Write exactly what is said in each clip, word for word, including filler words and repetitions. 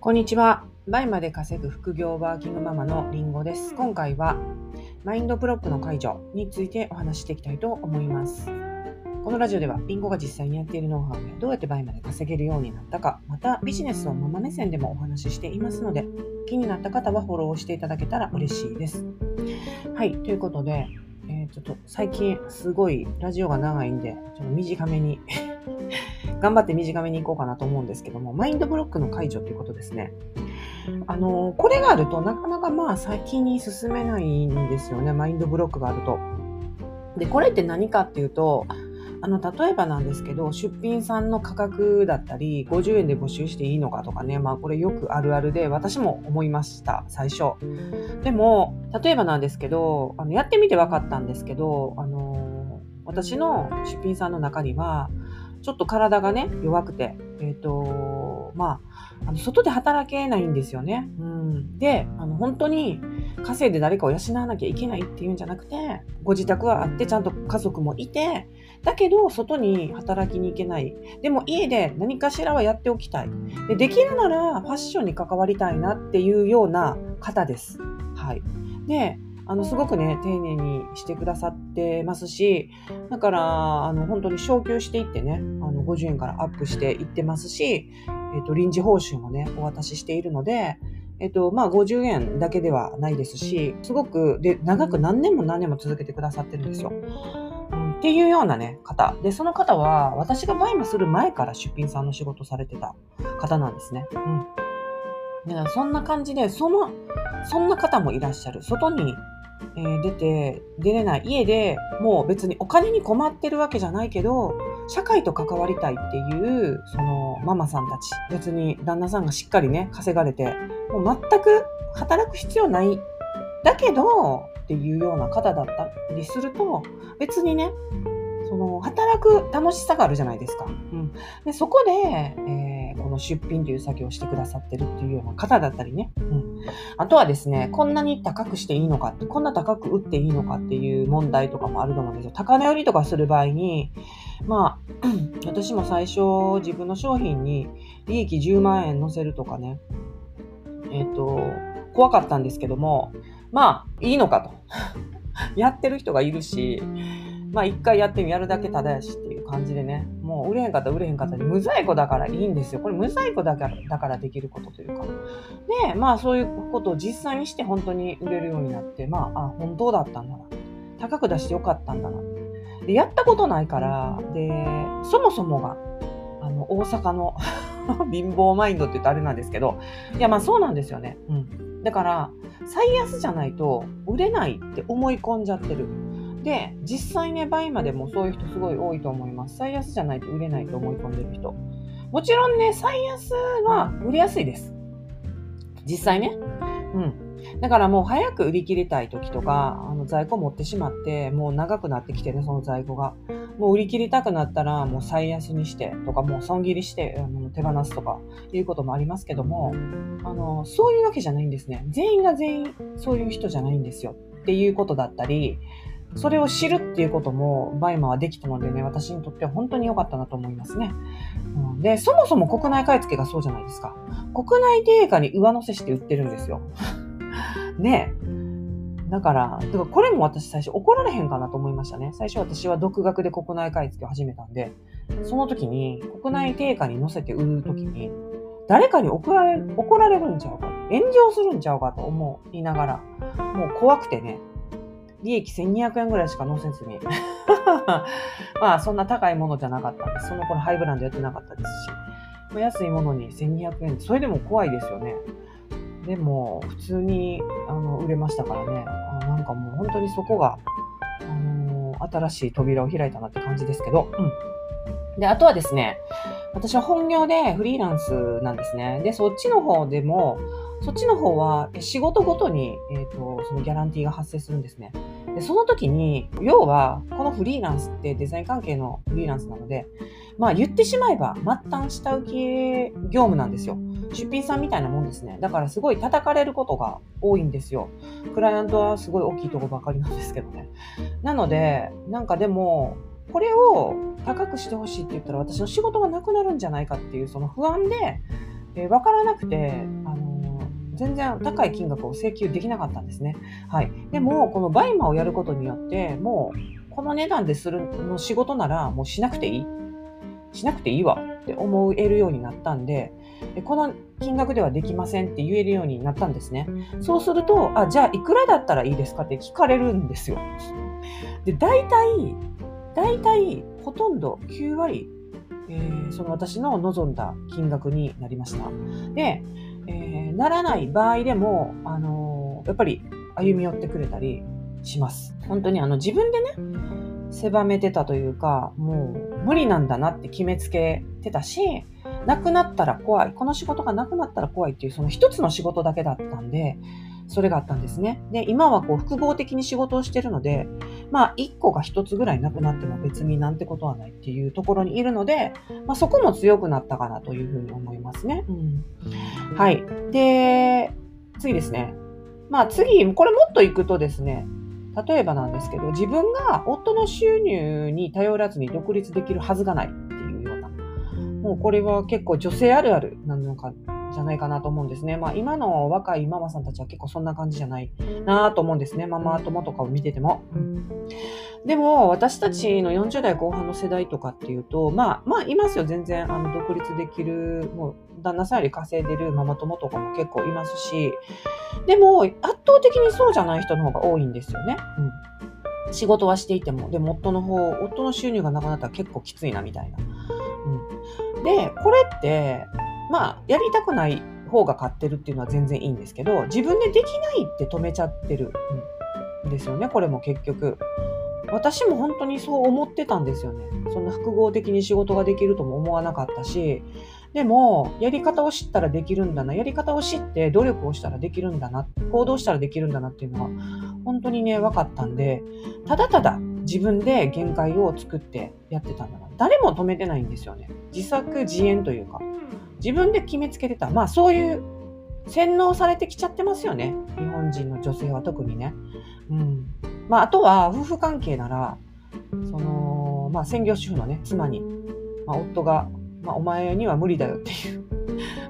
こんにちは。倍まで稼ぐ副業ワーキングママのりんごです。今回はマインドブロックの解除についてお話ししていきたいと思います。このラジオではりんごが実際にやっているノウハウやどうやって倍まで稼げるようになったか、またビジネスをママ目線でもお話ししていますので、気になった方はフォローしていただけたら嬉しいです。はい、ということで、えー、ちょっと最近すごいラジオが長いんで、ちょっと短めに頑張って短めに行こうかなと思うんですけども、マインドブロックの解除ということですね。あのこれがあるとなかなかまあ先に進めないんですよね。マインドブロックがあると。でこれって何かっていうと、あの例えばなんですけど、出品さんの価格だったりごじゅうえんで募集していいのかとかね、まあこれよくあるあるで、私も思いました最初。でも例えばなんですけど、あのやってみて分かったんですけど、あの私の出品さんの中にはちょっと体がね弱くて、えっとまあ、あの外で働けないんですよね。うん、であの本当に稼いで誰かを養わなきゃいけないっていうんじゃなくて、ご自宅はあってちゃんと家族もいて、だけど外に働きに行けない。でも家で何かしらはやっておきたい。で、できるならファッションに関わりたいなっていうような方です。はい。であのすごくね丁寧にしてくださってますし、だからあの本当に昇給していってね、あのごじゅうえんからアップしていってますし、えっと臨時報酬もねお渡ししているので、えっとまあごじゅうえんだけではないですし、すごくで長く何年も何年も続けてくださってるんですよ。うん、っていうようなね方で、その方は私がバイマする前から出品さんの仕事されてた方なんですね。うん。だからそんな感じで、そのそんな方もいらっしゃる。外にえー、出て出れない、家でもう別にお金に困ってるわけじゃないけど社会と関わりたいっていうそのママさんたち、別に旦那さんがしっかりね稼がれてもう全く働く必要ないだけどっていうような方だったりすると、別にねその働く楽しさがあるじゃないですか。うん、でそこで、えー、この出品という作業をしてくださってるっていうような方だったりね、うん、あとはですね、こんなに高くしていいのかって、こんな高く売っていいのかっていう問題とかもあると思うんですよ。高値売りとかする場合に、まあ私も最初自分の商品に利益じゅうまんえん乗せるとかね、えっと怖かったんですけども、まあいいのかとやってる人がいるし、まあ一回やってみやるだけただやしっていう感じでね、もう売れへんかったら売れへんかったで、無在庫だからいいんですよ。これ無在庫だからだからできることというか。で、まあそういうことを実際にして本当に売れるようになって、まあ、あ、本当だったんだな。高く出してよかったんだな。で、やったことないから、で、そもそもが、あの、大阪の貧乏マインドって言うとあれなんですけど、いやまあそうなんですよね。うん。だから、最安じゃないと売れないって思い込んじゃってる。で、実際ね、倍までもそういう人すごい多いと思います。最安じゃないと売れないと思い込んでる人。もちろんね、最安は売れやすいです。実際ね。うん。だからもう早く売り切りたい時とか、あの在庫持ってしまって、もう長くなってきてね、その在庫が。もう売り切りたくなったら、もう最安にしてとか、もう損切りして、あの手放すとかいうこともありますけども、あの、そういうわけじゃないんですね。全員が全員そういう人じゃないんですよ。っていうことだったり、それを知るっていうこともバイマはできたのでね、私にとっては本当に良かったなと思いますね。うん、で、そもそも国内買い付けがそうじゃないですか。国内定価に上乗せして売ってるんですよ。ねえ。だから、だからこれも私最初怒られへんかなと思いましたね。最初私は独学で国内買い付けを始めたんで、その時に国内定価に乗せて売る時に、誰かに怒られる、怒られるんちゃうか、炎上するんちゃうかと思いながら、もう怖くてね、利益せんにひゃくえんぐらいしか乗せずにまあそんな高いものじゃなかったんです。その頃ハイブランドやってなかったですし、まあ、安いものにせんにひゃくえん、それでも怖いですよね。でも普通にあの売れましたからね。あ、なんかもう本当にそこが、あのー、新しい扉を開いたなって感じですけど、うん。で、あとはですね、私は本業でフリーランスなんですね。で、そっちの方でも、そっちの方は仕事ごとに、えーと、そのギャランティーが発生するんですね。で、その時に、要は、このフリーランスってデザイン関係のフリーランスなので、まあ言ってしまえば末端下請け業務なんですよ。出品さんみたいなもんですね。だからすごい叩かれることが多いんですよ。クライアントはすごい大きいところばかりなんですけどね。なので、なんかでも、これを高くしてほしいって言ったら私の仕事がなくなるんじゃないかっていうその不安で、 えー、分からなくて、あのー、全然高い金額を請求できなかったんですね。はい。でも、このバイマをやることによって、もう、この値段でするの仕事なら、もうしなくていいしなくていいわって思えるようになったんで、この金額ではできませんって言えるようになったんですね。そうすると、あ、じゃあいくらだったらいいですかって聞かれるんですよ。で、大体、大体、ほとんどきゅうわり、えー、その私の望んだ金額になりました。で、えー、ならない場合でも、あのー、やっぱり歩み寄ってくれたりします。本当にあの自分でね、狭めてたというか、もう無理なんだなって決めつけてたし、なくなったら怖い。この仕事がなくなったら怖いっていう、その一つの仕事だけだったんで、それがあったんですね。で、今はこう複合的に仕事をしてるので、まあ一個が一つぐらいなくなっても別になんてことはないっていうところにいるので、まあそこも強くなったかなというふうに思いますね。うん、はい。で、次ですね。まあ次、これもっといくとですね、例えばなんですけど、自分が夫の収入に頼らずに独立できるはずがないっていうような、もうこれは結構女性あるあるなのかじゃないかなと思うんですね。まあ今の若いママさんたちは結構そんな感じじゃないなと思うんですね。ママ友とかを見てても。でも私たちのよんじゅうだいこう半の世代とかっていうと、まあまあいますよ。全然あの独立できる、もう旦那さんより稼いでるママ友とかも結構いますし、でも圧倒的にそうじゃない人の方が多いんですよね。うん、仕事はしていても、でも夫の方、夫の収入がなくなったら結構きついなみたいな。うん、で、これって、まあ、やりたくない方が勝ってるっていうのは全然いいんですけど、自分でできないって止めちゃってるんですよね、これも結局。私も本当にそう思ってたんですよね。そんな複合的に仕事ができるとも思わなかったし、でも、やり方を知ったらできるんだな、やり方を知って努力をしたらできるんだな、行動したらできるんだなっていうのは、本当にね、分かったんで、ただただ自分で限界を作ってやってたんだな。誰も止めてないんですよね。自作自演というか、自分で決めつけてた。まあそういう洗脳されてきちゃってますよね。日本人の女性は特にね。うん。まああとは夫婦関係なら、その、まあ専業主婦のね、妻に、まあ夫が、まあお前には無理だよっていう、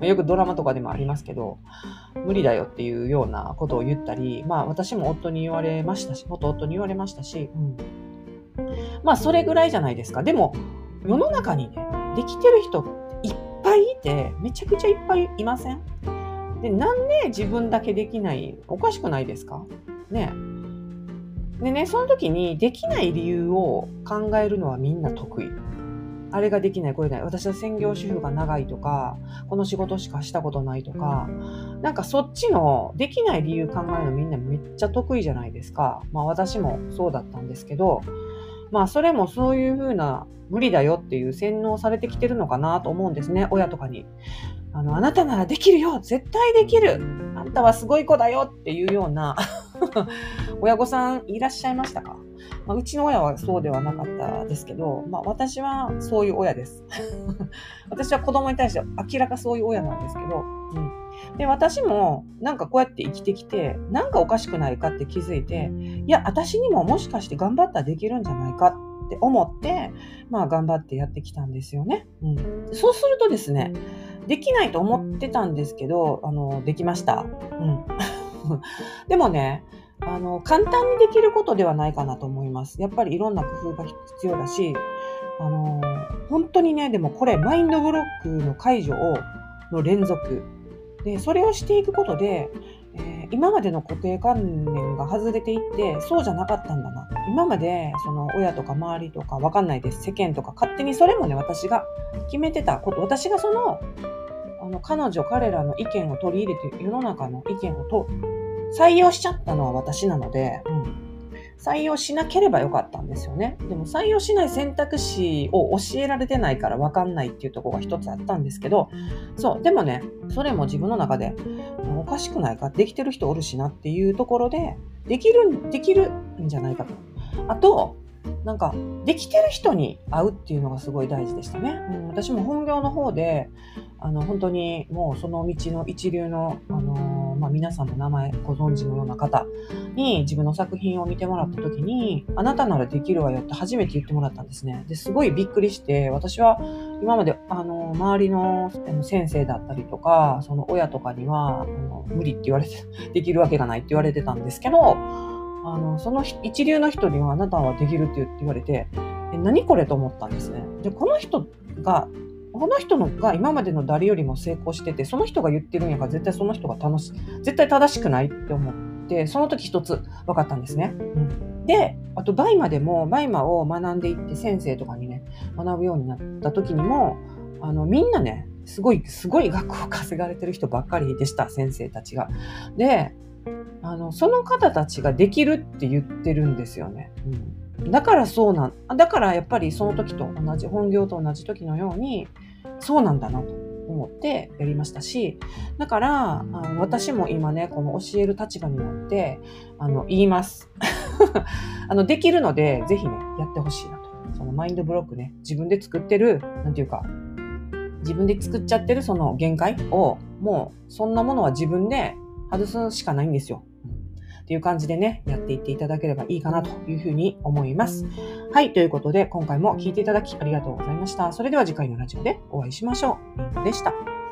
よくドラマとかでもありますけど、無理だよっていうようなことを言ったり、まあ私も夫に言われましたし、元夫に言われましたし、うん、まあそれぐらいじゃないですか。でも世の中にね、できてる人っていっぱいいて、めちゃくちゃいっぱいいません？で、なんで自分だけできない？おかしくないですか？ね。でね、その時にできない理由を考えるのはみんな得意。あれができない、これない。私は専業主婦が長いとか、この仕事しかしたことないとか、なんかそっちのできない理由考えるのみんなめっちゃ得意じゃないですか。まあ私もそうだったんですけど、まあそれもそういう風な無理だよっていう洗脳されてきてるのかなと思うんですね、親とかに。あの、あなたならできるよ、絶対できる、あんたはすごい子だよっていうような親御さんいらっしゃいましたか？まあ、うちの親はそうではなかったですけど、まあ私はそういう親です。私は子供に対して明らかそういう親なんですけど、うん、で、私もなんかこうやって生きてきて、なんかおかしくないかって気づいて、いや、私にももしかして頑張ったらできるんじゃないかって思って、まあ頑張ってやってきたんですよね。うん、そうするとですね、できないと思ってたんですけど、あの、できました。うん。でもね、あの、簡単にできることではないかなと思います。やっぱりいろんな工夫が必要だし、あの、本当にね、でもこれ、マインドブロックの解除を、の連続。で、それをしていくことで、えー、今までの固定観念が外れていって、そうじゃなかったんだな。今まで、その親とか周りとかわかんないです。世間とか勝手にそれもね、私が決めてたこと、私がその、あの、彼女、彼らの意見を取り入れて、世の中の意見をと採用しちゃったのは私なので、うん、採用しなければよかったんですよね。でも採用しない選択肢を教えられてないから分かんないっていうところが一つあったんですけど、そう、でもね、それも自分の中でおかしくないか、できてる人おるしなっていうところで、できる、できるんじゃないかと。あと、なんか、できてる人に会うっていうのがすごい大事でしたね。うん、私も本業の方で、あの、本当にもうその道の一流の、あの、 まあ、皆さんも名前ご存知のような方に自分の作品を見てもらった時に、あなたならできるわよって初めて言ってもらったんですね。ですごいびっくりして、私は今まであの周りの先生だったりとか、その親とかにはあの無理って言われて、できるわけがないって言われてたんですけど、あのその一流の人にはあなたはできるって言われて、え何これと思ったんですね。で、この人がこの人のが今までの誰よりも成功してて、その人が言ってるんやから絶対その人が楽しい、絶対正しくないって思って、その時一つ分かったんですね。うん、で、あとバイマでもバイマを学んでいって先生とかにね、学ぶようになった時にも、あのみんなね、すごいすごい額を稼がれてる人ばっかりでした、先生たちが。で、あのその方たちができるって言ってるんですよね。うん、だからそうなん、だからやっぱりその時と同じ、本業と同じ時のように、そうなんだなと思ってやりましたし、だからあの私も今ね、この教える立場になってあの言います。あのできるので、ぜひね、やってほしいなと。そのマインドブロックね、自分で作ってる、なんていうか、自分で作っちゃってるその限界を、もうそんなものは自分で外すしかないんですよ。っていう感じでね、やっていっていただければいいかなというふうに思います。はい、ということで今回も聞いていただきありがとうございました。それでは次回のラジオでお会いしましょう。りんごでした。